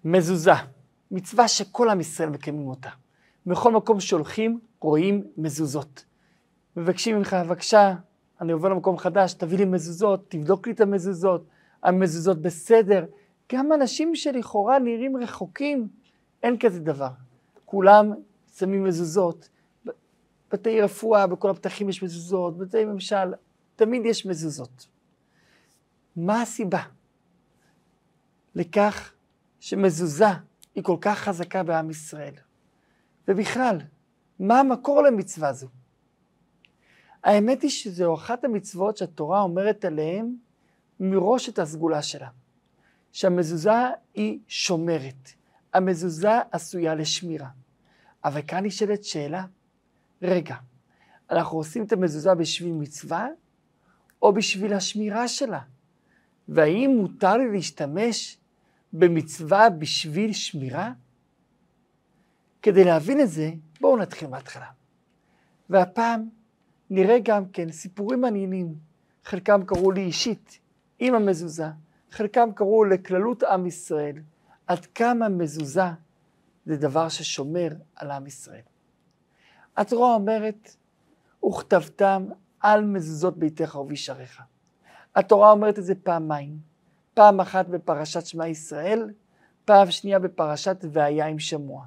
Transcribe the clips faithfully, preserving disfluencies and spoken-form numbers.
מזוזה, מצווה שכל עם ישראל מקיימים אותה. בכל מקום שהולכים רואים מזוזות. מבקשים ממך, בבקשה, אני עובר למקום חדש, תביא לי מזוזות, תבדוק לי את המזוזות, המזוזות בסדר. גם אנשים שלכאורה נראים רחוקים, אין כזה דבר. כולם שמים מזוזות, בתי רפואה, בכל הפתחים יש מזוזות, בתי ממשל, תמיד יש מזוזות. מה הסיבה לכך שמזוזה היא כל כך חזקה בעם ישראל? ובכלל, מה המקור למצווה זו? האמת היא שזו אחת המצוות שהתורה אומרת עליהן מראש את הסגולה שלה. שהמזוזה היא שומרת. המזוזה עשויה לשמירה. אבל כאן נשאלת שאלה, רגע, אנחנו עושים את המזוזה בשביל מצווה או בשביל השמירה שלה? והאם מותר לי להשתמש במצווה בשביל שמירה? כדי להבין את זה, בואו נתחיל מההתחלה. והפעם נראה גם כן סיפורים מעניינים. חלקם קראו לי אישית עם המזוזה, חלקם קראו לכללות עם ישראל. עד כמה מזוזה זה דבר ששומר על עם ישראל. התורה אומרת, וכתבתם על מזוזות ביתך ובישעריך. התורה אומרת את זה פעמיים. פעם אחת בפרשת שמע ישראל, פעם שנייה בפרשת והיה עם שמוע.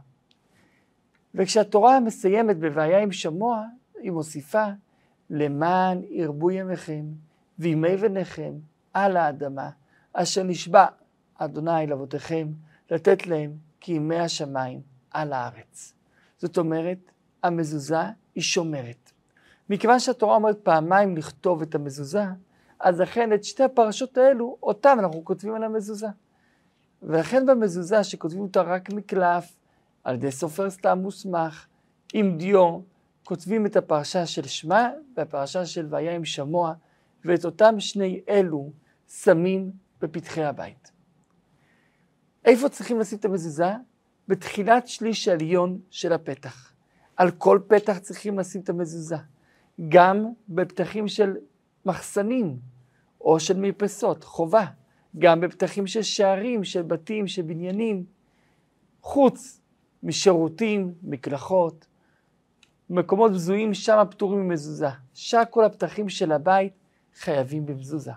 וכשהתורה מסיימת בוהיה עם שמוע, היא מוסיפה, למען ירבו ימיכם וימי בניכם על האדמה, אשר נשבע אדוני לאבותיכם לתת להם כימי השמיים על הארץ. זאת אומרת, המזוזה היא שומרת. מכיוון שהתורה אומרת פעמיים לכתוב את המזוזה, אז לכן את שתי הפרשות האלו, אותם אנחנו כותבים על המזוזה. ולכן במזוזה שכותבים אותה רק מקלף, על ידי סופר סתם מוסמך, עם דיו, כותבים את הפרשה של שמע והפרשה של והיה עם שמוע, ואת אותם שני אלו שמים בפתחי הבית. איפה צריכים לשים את המזוזה? בתחילת שליש העליון של הפתח. על כל פתח צריכים לשים את המזוזה. גם בפתחים של מחסנים או של מרפסות, חובה. גם בפתחים של שערים, של בתים, של בניינים. חוץ משירותים, מקלחות, מקומות בזויים, שם פטורים ממזוזה. שאר כל הפתחים של הבית חייבים במזוזה.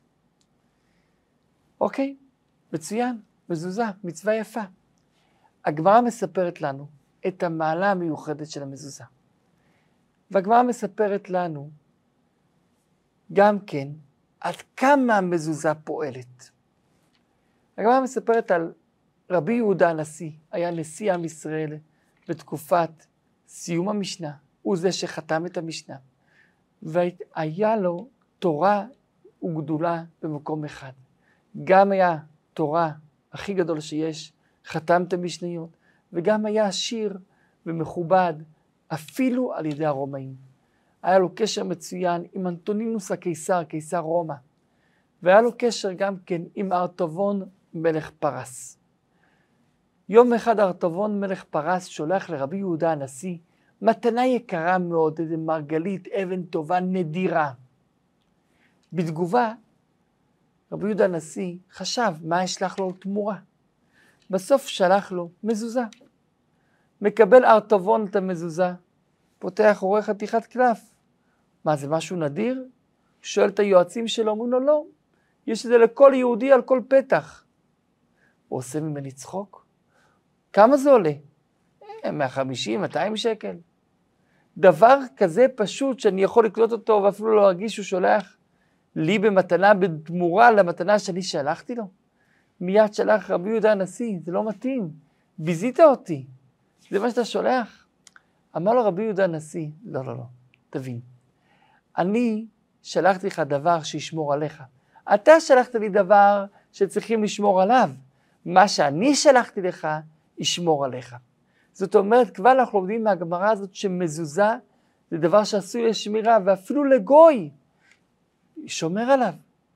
אוקיי, מצוין, מזוזה, מצווה יפה. הגמרא מספרת לנו את המעלה המיוחדת של המזוזה. והגמרא מספרת לנו גם כן עד כמה המזוזה פועלת. הגמרא מספרת על רבי יהודה הנשיא, היה נשיא עם ישראל בתקופת סיום המשנה, הוא זה שחתם את המשנה, והיה לו תורה וגדולה במקום אחד. גם היה תורה הכי גדול שיש, חתם את המשניות, וגם היה עשיר ומכובד, אפילו על ידי הרומאים. היה לו קשר מצוין עם אנטונינוס הקיסר, קיסר רומא, והיה לו קשר גם כן עם ארטבון מלך פרס. יום אחד ארטבון מלך פרס שולח לרבי יהודה הנשיא מתנה יקרה מאוד, איזה מרגלית, אבן טובה נדירה. בתגובה, רבי יהודה הנשיא חשב מה ישלח לו תמורה. בסוף שלח לו מזוזה. מקבל ארטבון את המזוזה, פותח רואה חתיכת קלף. מה, זה משהו נדיר? שואל את היועצים שלו, אומרים לו לא, יש את זה לכל יהודי על כל פתח. הוא עושה ממני צחוק? כמה זה עולה? מאה וחמישים, מאתיים שקל. דבר כזה פשוט שאני יכול לקלוט אותו ואפילו לא להרגיש שהוא שולח לי במתנה, בתמורה למתנה שאני שלחתי לו. מיד שלח רבי יהודה הנשיא, זה לא מתאים, ביזית אותי, זה מה שאתה שולח. אמר לו רבי יהודה הנשיא, לא, לא, לא, תבין. אני שלחתי לך דבר שישמור עליך. אתה שלחת לי דבר שצריכים לשמור עליו. מה שאני שלחתי לך, ישמור עליך. זאת אומרת, כבר אנחנו לומדים מהגמרא הזאת שמזוזה זה דבר שעשוי לשמירה, ואפילו לגוי שומר עליו.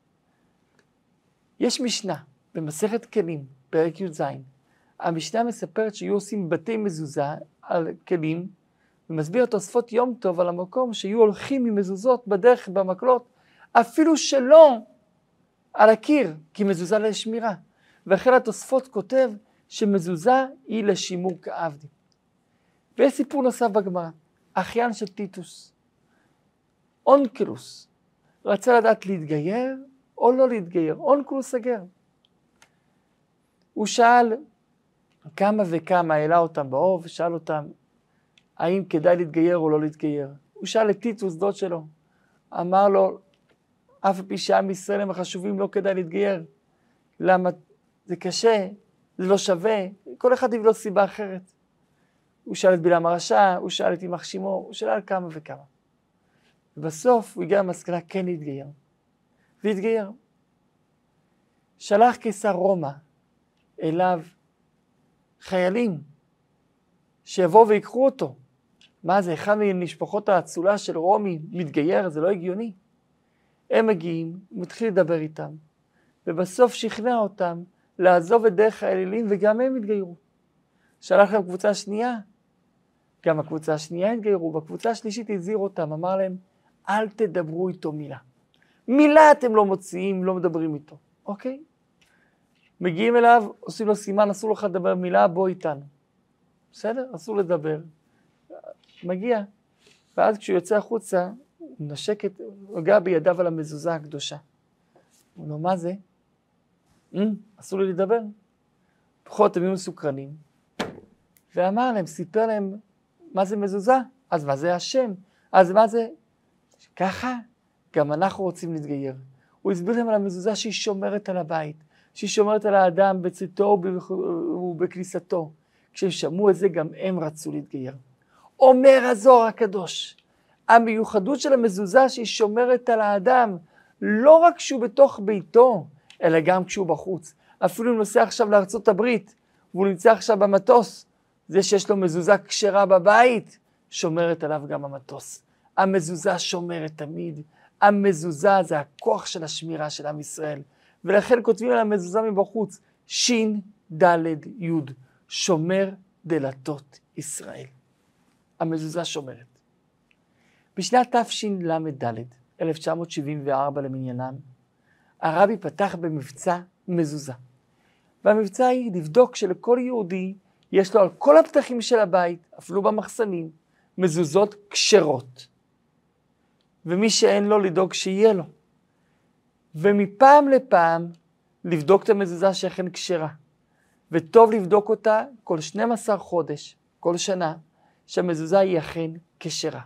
יש משנה במסכת כלים, פרק י"ז. המשנה מספרת שיהיו עושים בתי מזוזה על כלים, ומסביר תוספות יום טוב על המקום שיהיו הולכים עם מזוזות בדרך במקלות, אפילו שלא על הקיר, כי מזוזה לשמירה. ואחרי התוספות כותב שמזוזה היא לשימור כעבדי. ויש סיפור נוסף בגמרא, אחיין של טיטוס, אונקלוס, רצה לדעת להתגייר או לא להתגייר, אונקלוס הגר. הוא שאל כמה וכמה, העלה אותם באוב, שאל אותם האם כדאי להתגייר או לא להתגייר. הוא שאל את טיטוס, דוד שלו, אמר לו, אף פי שעם ישראל הם החשובים, לא כדאי להתגייר. למה? זה קשה, זה לא שווה, כל אחד יביא לו סיבה אחרת. הוא שאל את בלעם הרשע, הוא שאל את יימח שמו, הוא שאל כמה וכמה. ובסוף הוא הגיע למסקנה כן להתגייר. והתגייר. שלח קיסר רומא אליו חיילים שיבואו ויקחו אותו. מה זה, אחד ממשפחות האצולה של רומי מתגייר, זה לא הגיוני. הם מגיעים, הוא מתחיל לדבר איתם, ובסוף שכנע אותם לעזוב את דרך האלילים, וגם הם התגיירו. שלח להם קבוצה שנייה, גם הקבוצה השנייה התגיירו, בקבוצה השלישית הזהיר אותם, אמר להם, אל תדברו איתו מילה. מילה אתם לא מוציאים, לא מדברים איתו, אוקיי? מגיעים אליו, עושים לו סימן, אסור לך לדבר מילה, בוא איתנו. בסדר? אסור לדבר. מגיע, ואז כשהוא יוצא החוצה, הוא נשק את, הוא נוגע בידיו על המזוזה הקדושה. הוא אומר, מה זה? Mm, אסור לי לדבר. בכל אתם היו מסוקרנים. ואמר להם, סיפר להם, מה זה מזוזה? אז מה זה השם? אז מה זה? ככה, גם אנחנו רוצים להתגייר. הוא הסביר להם על המזוזה שהיא שומרת על הבית, שהיא שומרת על האדם בצאתו ובכניסתו. כשהם שמעו את זה, גם הם רצו להתגייר. אומר הזוהר הקדוש, המיוחדות של המזוזה שהיא שומרת על האדם, לא רק כשהוא בתוך ביתו, אלא גם כשהוא בחוץ. אפילו אם נוסע עכשיו לארצות הברית, והוא נמצא עכשיו במטוס, זה שיש לו מזוזה כשרה בבית, שומרת עליו גם המטוס. המזוזה שומרת תמיד. המזוזה זה הכוח של השמירה של עם ישראל. ולכן כותבים על המזוזה מבחוץ, שין דלת יוד, שומר דלתות ישראל. המזוזה שומרת. בשנת תשל"ד, אלף תשע מאות שבעים וארבע למניינם, הרבי פתח במבצע מזוזה. והמבצע היא לבדוק שלכל יהודי יש לו על כל הפתחים של הבית, אפילו במחסנים, מזוזות כשרות. ומי שאין לו לדאוג שיהיה לו. ומפעם לפעם לבדוק את המזוזה שאכן כשרה. וטוב לבדוק אותה כל שנים עשר חודש, כל שנה, שהמזוזה היא אכן כשרה.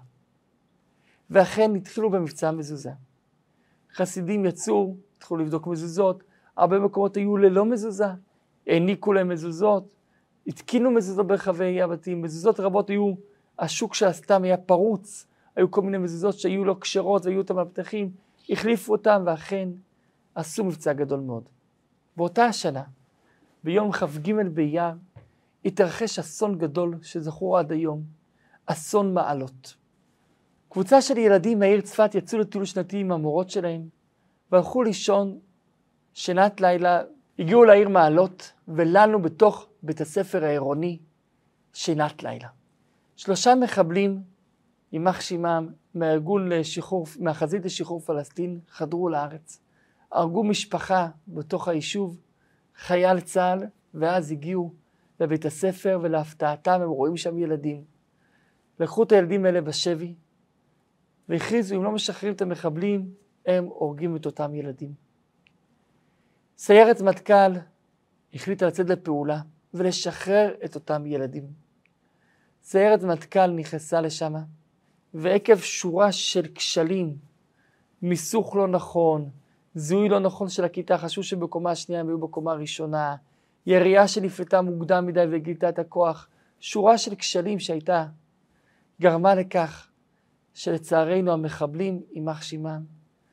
ואכן התחילו במבצע מזוזה. חסידים יצאו, התחילו לבדוק מזוזות, הרבה מקומות היו ללא מזוזה, העניקו להם מזוזות, התקינו מזוזות ברחבי הבתים, מזוזות רבות היו, השוק של הסתם היה פרוץ, היו כל מיני מזוזות שהיו לא כשרות והיו אותם על הפתחים, החליפו אותם ואכן עשו מבצע גדול מאוד. באותה השנה, ביום כ"ג באייר, התרחש אסון גדול שזכור עד היום, אסון מעלות. קבוצה של ילדים מהעיר צפת יצאו לטיול שנתי עם המורות שלהם, והלכו לישון שנת לילה, הגיעו לעיר מעלות, ולנו בתוך בית הספר העירוני שנת לילה. שלושה מחבלים, יימח שמם, מהארגון לשחרור, מהחזית לשחרור פלסטין, חדרו לארץ. הרגו משפחה בתוך היישוב, חייל צה"ל, ואז הגיעו לבית הספר, ולהפתעתם הם רואים שם ילדים. לקחו את הילדים האלה בשבי, והכריזו, אם לא משחררים את המחבלים, הם הורגים את אותם ילדים. סיירת מטכ"ל החליטה לצאת לפעולה ולשחרר את אותם ילדים. סיירת מטכ"ל נכנסה לשם, ועקב שורה של כשלים, מיסוך לא נכון, זיהוי לא נכון של הכיתה, חשבו שבקומה השנייה הם היו בקומה הראשונה, ירייה שנפלטה מוקדם מדי וגילתה את הכוח, שורה של כשלים שהייתה, גרמה לכך שלצערנו המחבלים, יימח שמם,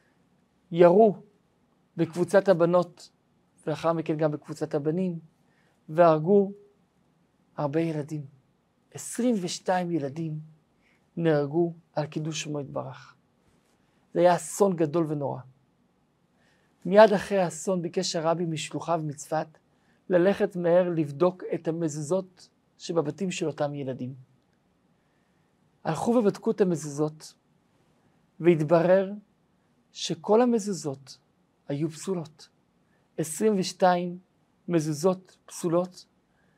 ירו בקבוצת הבנות, ולאחר מכן גם בקבוצת הבנים, והרגו הרבה ילדים. עשרים ושתיים ילדים נהרגו על קידוש שמו יתברך. זה היה אסון גדול ונורא. מיד אחרי האסון ביקש הרבי משלוחיו מצפת ללכת מהר לבדוק את המזוזות שבבתים של אותם ילדים. הלכו ובדקו את המזוזות, והתברר שכל המזוזות היו פסולות. עשרים ושתיים מזוזות פסולות,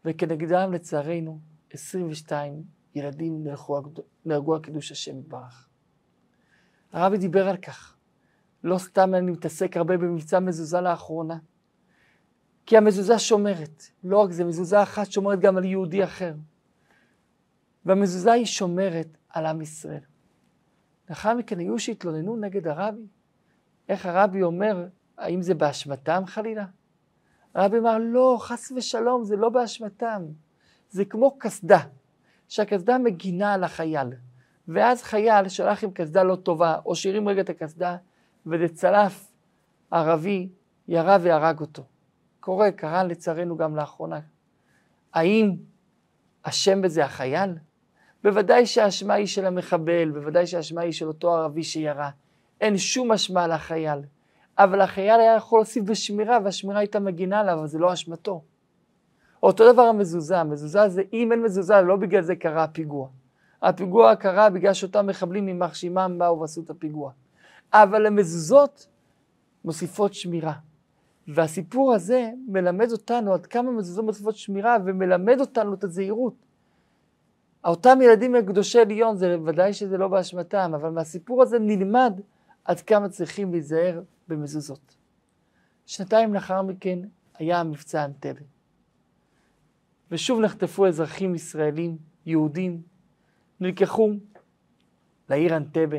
וכנגדם לצערנו עשרים ושתיים ילדים נהרגו, נהרגו על קידוש השם יתברך. הרבי דיבר על כך. לא סתם אני מתעסק הרבה במבצע מזוזה לאחרונה. כי המזוזה שומרת. לא רק זה, מזוזה אחת שומרת גם על יהודי אחר. והמזוזה היא שומרת על עם ישראל. לאחר מכן היו שהתלוננו נגד הרבי. איך הרבי אומר, האם זה באשמתם חלילה? הרבי אמר, לא, חס ושלום, זה לא באשמתם. זה כמו קסדה, שהקסדה מגינה על החייל. ואז חייל שהלך עם קסדה לא טובה, או שהרים רגע את הקסדה, ודצלף ערבי ירה והרג אותו. קורה, קרה לצערנו גם לאחרונה. האם אשם בזה החייל? בוודאי שהאשמה היא של המחבל, בוודאי שהאשמה היא של אותו ערבי שירה. אין שום אשמה לחייל. אבל החייל היה יכול להוסיף בשמירה, והשמירה הייתה מגינה עליו, אבל זה לא אשמתו. אותו דבר המזוזה, המזוזה זה, אם אין מזוזה, לא בגלל זה קרה הפיגוע. הפיגוע קרה בגלל שאותם מחבלים ממח שמם באו ועשו את הפיגוע. אבל המזוזות מוסיפות שמירה. והסיפור הזה מלמד אותנו עד כמה מזוזות מוסיפות שמירה, ומלמד אותנו את הזהירות. אותם ילדים הקדושי עליון, זה ודאי שזה לא באשמתם, אבל מהסיפור הזה נלמד עד כמה צריכים להיזהר במזוזות. שנתיים לאחר מכן היה המבצע אנטבה. ושוב נחטפו אזרחים ישראלים, יהודים, נלקחו לעיר אנטבה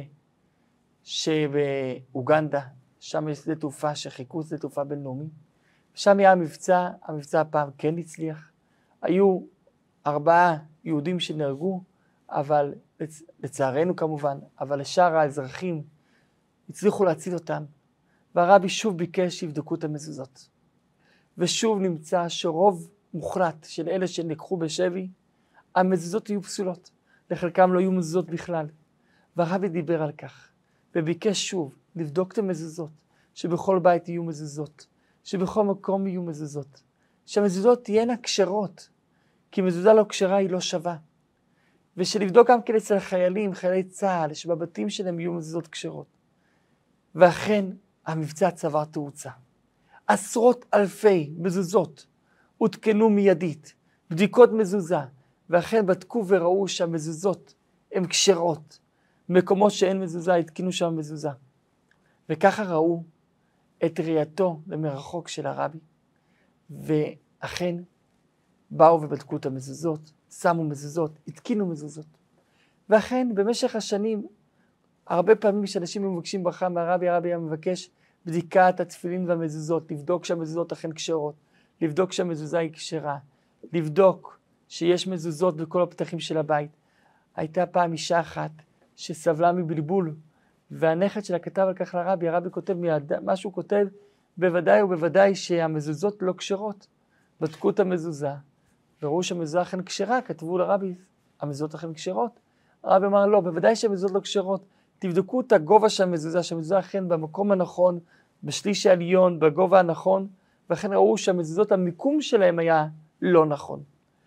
שבאוגנדה, שם יש שדה תעופה שחיכו שדה תעופה בינלאומי. שם היה המבצע, המבצע הפעם כן הצליח. היו ארבעה יהודים שנהרגו, אבל לצערנו כמובן, אבל לשאר האזרחים הצליחו להציל אותם. והרבי שוב ביקש שיבדקו את המזוזות. ושוב נמצא שרוב מוחלט של אלה שנקחו בשבי, המזוזות יהיו פסולות. לחלקם לא יהיו מזוזות בכלל. והרבי דיבר על כך, וביקש שוב לבדוק את המזוזות, שבכל בית יהיו מזוזות, שבכל מקום יהיו מזוזות, שהמזוזות תהיינה כשרות, כי מזוזה לא כשרה היא לא שווה. ושלבדוק גם כן אצל חיילים, חיילי צה"ל, שבבתים שלהם יהיו מזוזות כשרות. ואכן המבצע צבר תאוצה. עשרות אלפי מזוזות הותקנו מיידית, בדיקות מזוזה, ואכן בדקו וראו שהמזוזות הן כשרות. מקומות שאין מזוזה, התקינו שם מזוזה. וככה ראו את ראייתו למרחוק של הרבי, ואכן באו ובדקו את המזוזות, שמו מזוזות, התקינו מזוזות. ואכן במשך השנים, הרבה פעמים שאנשים מבקשים ברכה מהרבי, הרבי היה מבקש בדיקת התפילין והמזוזות, לבדוק שהמזוזות אכן כשרות, לבדוק שהמזוזה היא כשרה, לבדוק שיש מזוזות בכל הפתחים של הבית. הייתה פעם אישה אחת שסבלה מבלבול, והנכד שלה כתב על כך לרבי, הרבי כותב מיד, מה שהוא כותב, בוודאי ובוודאי שהמזוזות לא כשרות. בדקו את המזוזה, וראו שהמזוזה אכן כשרה, כתבו לרבי, המזוזות אכן כשרות. הרבי אמר, לא, בוודאי שהמזוזות לא כשרות, תבדקו את הגובה של המזוזה, שהמזוזה אכן במקום הנכון, בשליש העליון, בגובה הנכון, ואכן ראו שהמזוזות, המיקום שלהם היה לא נכון.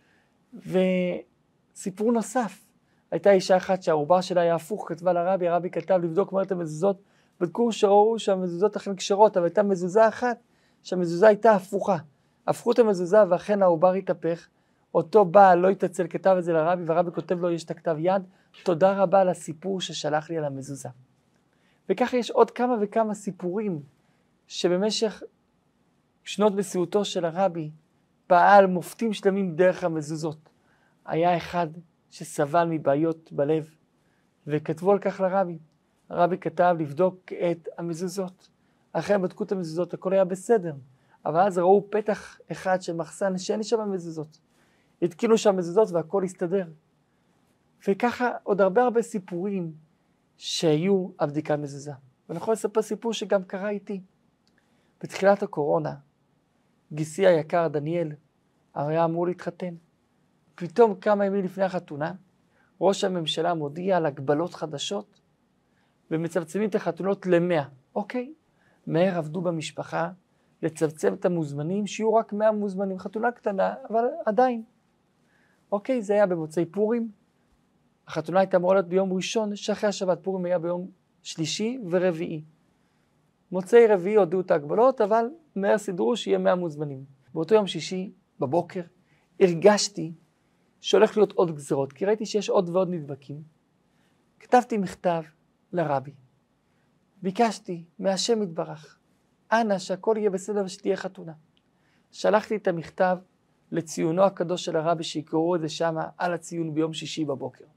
וסיפור נוסף, הייתה אישה אחת שהעובר שלה היה הפוך, כתבה לרבי, הרבי כתב לבדוק מה את המזוזות, בדקו שראו שהמזוזות אכן כשרות, אבל הייתה מזוזה אחת שהמזוזה הייתה הפוכה. הפכו את המזוזה ואכן העובר התהפך, אותו בעל לא התעצל, כתב את זה לרבי, והרבי כותב לו, יש את הכתב יד, תודה רבה על הסיפור ששלח לי על המזוזה. וככה יש עוד כמה וכמה סיפורים, שבמשך שנות נשיאותו של הרבי, פעל מופתים שלמים דרך המזוזות. היה אחד שסבל מבעיות בלב, וכתבו על כך לרבי. הרבי כתב לבדוק את המזוזות. אחרי בדקו את המזוזות, הכל היה בסדר. אבל אז ראו פתח אחד של מחסן שאין שם מזוזות. התקינו שם מזוזות והכל הסתדר. וככה עוד הרבה הרבה סיפורים שהיו על בדיקת מזוזה. ואני יכול לספר סיפור שגם קרה איתי. בתחילת הקורונה, גיסי היקר דניאל היה אמור להתחתן. פתאום כמה ימים לפני החתונה, ראש הממשלה מודיע על הגבלות חדשות, ומצמצמים את החתונות למאה. אוקיי, מהר עבדו במשפחה, לצמצם את המוזמנים, שיהיו רק מאה מוזמנים, חתונה קטנה, אבל עדיין. אוקיי, זה היה במוצאי פורים, החתונה הייתה אמורה להיות ביום ראשון, שאחרי השבת פורים היה ביום שלישי ורביעי. מוצאי רביעי הודיעו את ההגבלות, אבל מהר סידרו שיהיה מאה מוזמנים. באותו יום שישי בבוקר הרגשתי שהולך להיות עוד גזרות, כי ראיתי שיש עוד ועוד נדבקים. כתבתי מכתב לרבי, ביקשתי מהשם יתברך, אנא שהכל יהיה בסדר ושתהיה חתונה. שלחתי את המכתב לציונו הקדוש של הרבי, שיקראו את זה שמה על הציון ביום שישי בבוקר.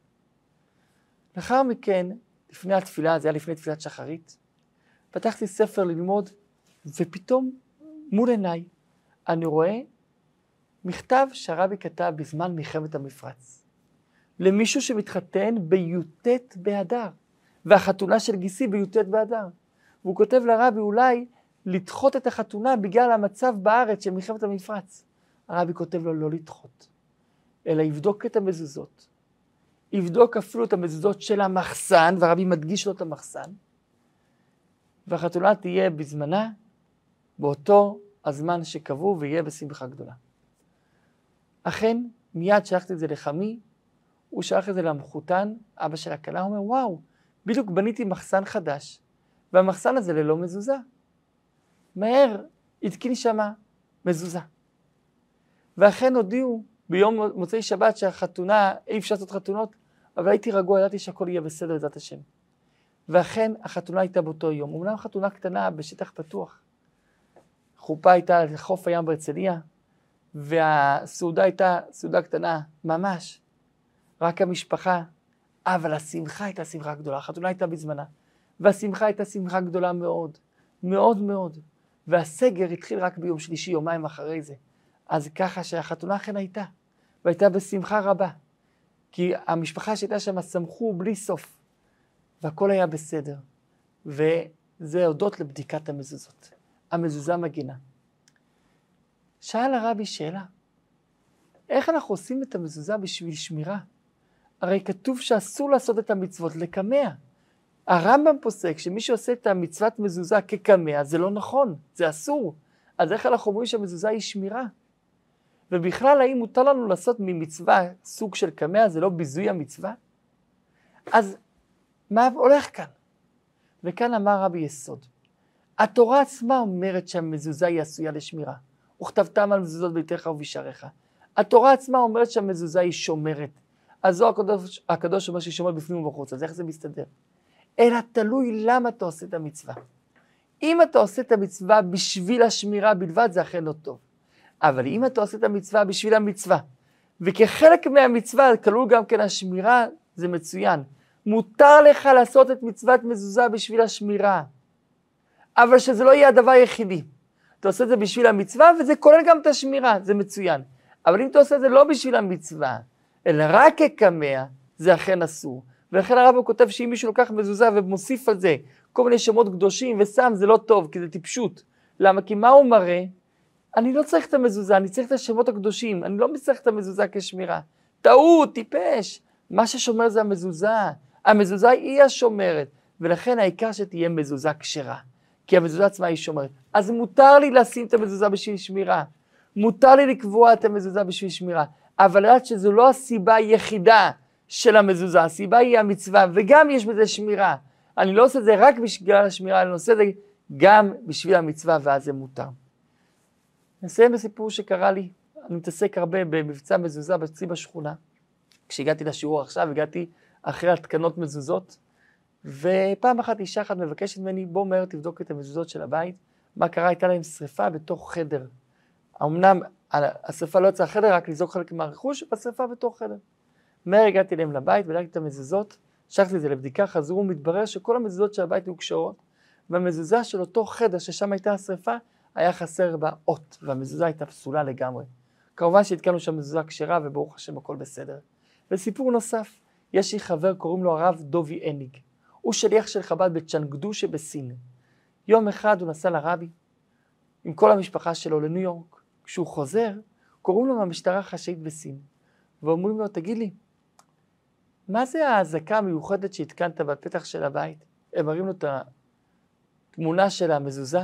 לאחר מכן, לפני התפילה, זה היה לפני תפילת שחרית, פתחתי ספר ללמוד, ופתאום מול עיניי אני רואה מכתב שהרבי כתב בזמן מלחמת המפרץ. למישהו שמתחתן בי"ט באדר, והחתונה של גיסי בי"ט באדר. והוא כותב לרבי אולי לדחות את החתונה בגלל המצב בארץ של מלחמת המפרץ. הרבי כותב לו לא לדחות, אלא יבדוק את המזוזות. יבדוק אפילו את המזוזות של המחסן, והרבי מדגיש לו את המחסן. והחתונה תהיה בזמנה, באותו הזמן שקבעו, ויהיה בשמחה גדולה. אכן, מיד שלחתי את זה לחמי, הוא שלח את זה למחותן, אבא של הכלה, הוא אומר, וואו, בדיוק בניתי מחסן חדש, והמחסן הזה ללא מזוזה. מהר התקין שמה מזוזה. ואכן הודיעו ביום מוצאי שבת שהחתונה, אי אפשר לעשות חתונות, אבל הייתי רגוע, ידעתי שהכל יהיה בסדר בעזרת השם. ואכן החתונה הייתה באותו יום, אומנם חתונה קטנה בשטח פתוח. חופה הייתה על חוף הים בהרצליה, והסעודה הייתה סעודה קטנה ממש, רק המשפחה, אבל השמחה הייתה שמחה גדולה, החתונה הייתה בזמנה, והשמחה הייתה שמחה גדולה מאוד, מאוד מאוד, והסגר התחיל רק ביום שלישי, יומיים אחרי זה, אז ככה שהחתונה אכן הייתה, והייתה בשמחה רבה, כי המשפחה שהייתה שם שמחו בלי סוף, והכל היה בסדר, וזה הודות לבדיקת המזוזות, המזוזה מגינה. שאל הרבי שאלה, איך אנחנו עושים את המזוזה בשביל שמירה? הרי כתוב שאסור לעשות את המצוות לקמע. הרמב"ם פוסק שמי שעושה את המצוות מזוזה כקמע, זה לא נכון, זה אסור. אז איך אנחנו אומרים שהמזוזה היא שמירה? ובכלל, האם מותר לנו לעשות ממצווה סוג של קמע, זה לא ביזוי המצווה? אז מה הולך כאן? וכאן אמר רבי יסוד, התורה עצמה אומרת שהמזוזה היא עשויה לשמירה. וכתבתם על מזוזות ביתך ובשעריך. התורה עצמה אומרת שהמזוזה היא שומרת. אז זו הקדוש, הקדוש אומר שהיא שומרת בפנים ובחוץ. אז איך זה מסתדר? אלא תלוי למה אתה עושה את המצווה. אם אתה עושה את המצווה בשביל השמירה בלבד, זה אכן לא טוב. אבל אם אתה עושה את המצווה בשביל המצווה, וכחלק מהמצווה כלול גם כן השמירה, זה מצוין. מותר לך לעשות את מצוות מזוזה בשביל השמירה. אבל שזה לא יהיה הדבר היחידי. אתה עושה את זה בשביל המצווה, וזה כולל גם את השמירה, זה מצוין. אבל אם אתה עושה את זה לא בשביל המצווה, אלא רק כקמע, זה אכן אסור. ולכן הרב כותב שאם מישהו לוקח מזוזה ומוסיף על זה כל מיני שמות קדושים ושם, זה לא טוב, כי זה טיפשות. למה? כי מה הוא מראה? אני לא צריך את המזוזה, אני צריך את השמות הקדושים, אני לא צריך את המזוזה כשמירה. טעות, טיפש. מה ששומר זה המזוזה. המזוזה היא השומרת, ולכן העיקר שתהיה מזוזה כשרה. כי המזוזה עצמה היא שומרת. אז מותר לי לשים את המזוזה בשביל שמירה. מותר לי לקבוע את המזוזה בשביל שמירה. אבל לדעת שזו לא הסיבה היחידה של המזוזה. הסיבה היא המצווה, וגם יש בזה שמירה. אני לא עושה את זה רק בגלל השמירה, אני עושה את זה גם בשביל המצווה, ואז זה מותר. נסיים בסיפור שקרה לי. אני מתעסק הרבה במבצע מזוזה בצי בשכונה. כשהגעתי לשיעור עכשיו, הגעתי אחרי התקנות מזוזות, ופעם אחת אישה אחת מבקשת ממני, בוא מהר תבדוק את המזוזות של הבית, מה קרה, הייתה להם שריפה בתוך חדר. אמנם השריפה לא יצאה חדר, רק לזרוק חלק מהרכוש, השריפה בתוך חדר. מהר הגעתי להם לבית, בדקתי את המזוזות, שלחתי את זה לבדיקה, חזרו, מתברר שכל המזוזות של הבית היו קשרות, והמזוזה של אותו חדר ששם הייתה השריפה, היה חסר בה אות, והמזוזה הייתה פסולה לגמרי. כמובן שהתקנו שם מזוזה כשרה, וברוך השם הכל בסדר. וסיפור נוסף, יש לי חבר, קוראים לו הרב דובי אניג. הוא שליח של חב"ד בצ'אנגדו שבסין. יום אחד הוא נסע לרבי, עם כל המשפחה שלו לניו יורק. כשהוא חוזר, קוראים לו מהמשטרה החשאית בסין. ואומרים לו, תגיד לי, מה זה ההזקה המיוחדת שהתקנת בפתח של הבית? הם מראים לו את התמונה של המזוזה.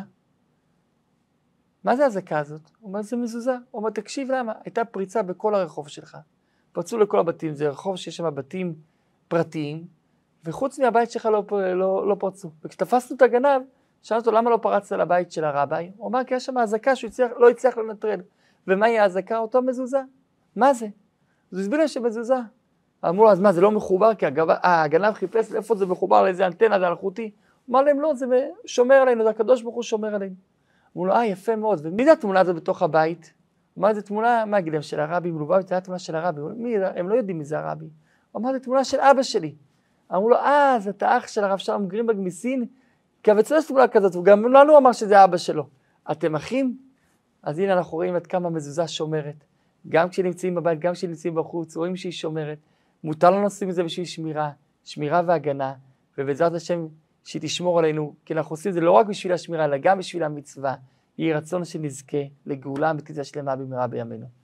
מה זה ההזקה הזאת? הוא אומר, זה מזוזה. הוא אומר, תקשיב למה? הייתה פריצה בכל הרחוב שלך. פרצו לכל הבתים, זה רחוב שיש שם בתים פרטיים, וחוץ מהבית שלך לא, לא, לא פרצו. וכשתפסנו את הגנב, שאלנו אותו למה לא פרצת לבית של הרבי? הוא אמר, כי יש שם ההזקה שהוא הצליח, לא הצליח לנטרל. ומהי ההזקה? אותו מזוזה. מה זה? אז הוא הסביר להם שמזוזה. אמרו לו, אז מה, זה לא מחובר? כי הגב... אה, הגנב חיפש איפה זה מחובר לאיזה אנטנה, זה אלחוטי. אמר להם, לא, זה שומר עלינו, זה הקדוש ברוך הוא שומר עלינו. אמרו לו, אה, יפה מאוד. ומי זה התמונה הזאת בתוך הבית? אמר, זה תמונה, מה אגיד להם, של הרבי, מלובביץ', זה התמונה של הרבי. מי, הם לא יודעים מי זה הרבי. אמר, זה תמונה של אבא שלי. אמרו לו, אה, זה אתה אח של הרב שלום גרינברג מסין? כי אצלו יש תמונה כזאת, וגם לנו אמר שזה אבא שלו. אתם אחים? אז הנה אנחנו רואים עד כמה מזוזה שומרת. גם כשנמצאים בבית, גם כשנמצאים בחוץ, רואים שהיא שומרת. מותר לנו לעשות את זה בשביל שמירה, שמירה והגנה, ובעזרת השם שהיא תשמור עלינו, כי אנחנו עושים את זה לא רק בשביל השמירה, אלא גם בשביל המצווה. יהי רצון שנזכה לגאולה אמיתית שלמה במהרה בימינו.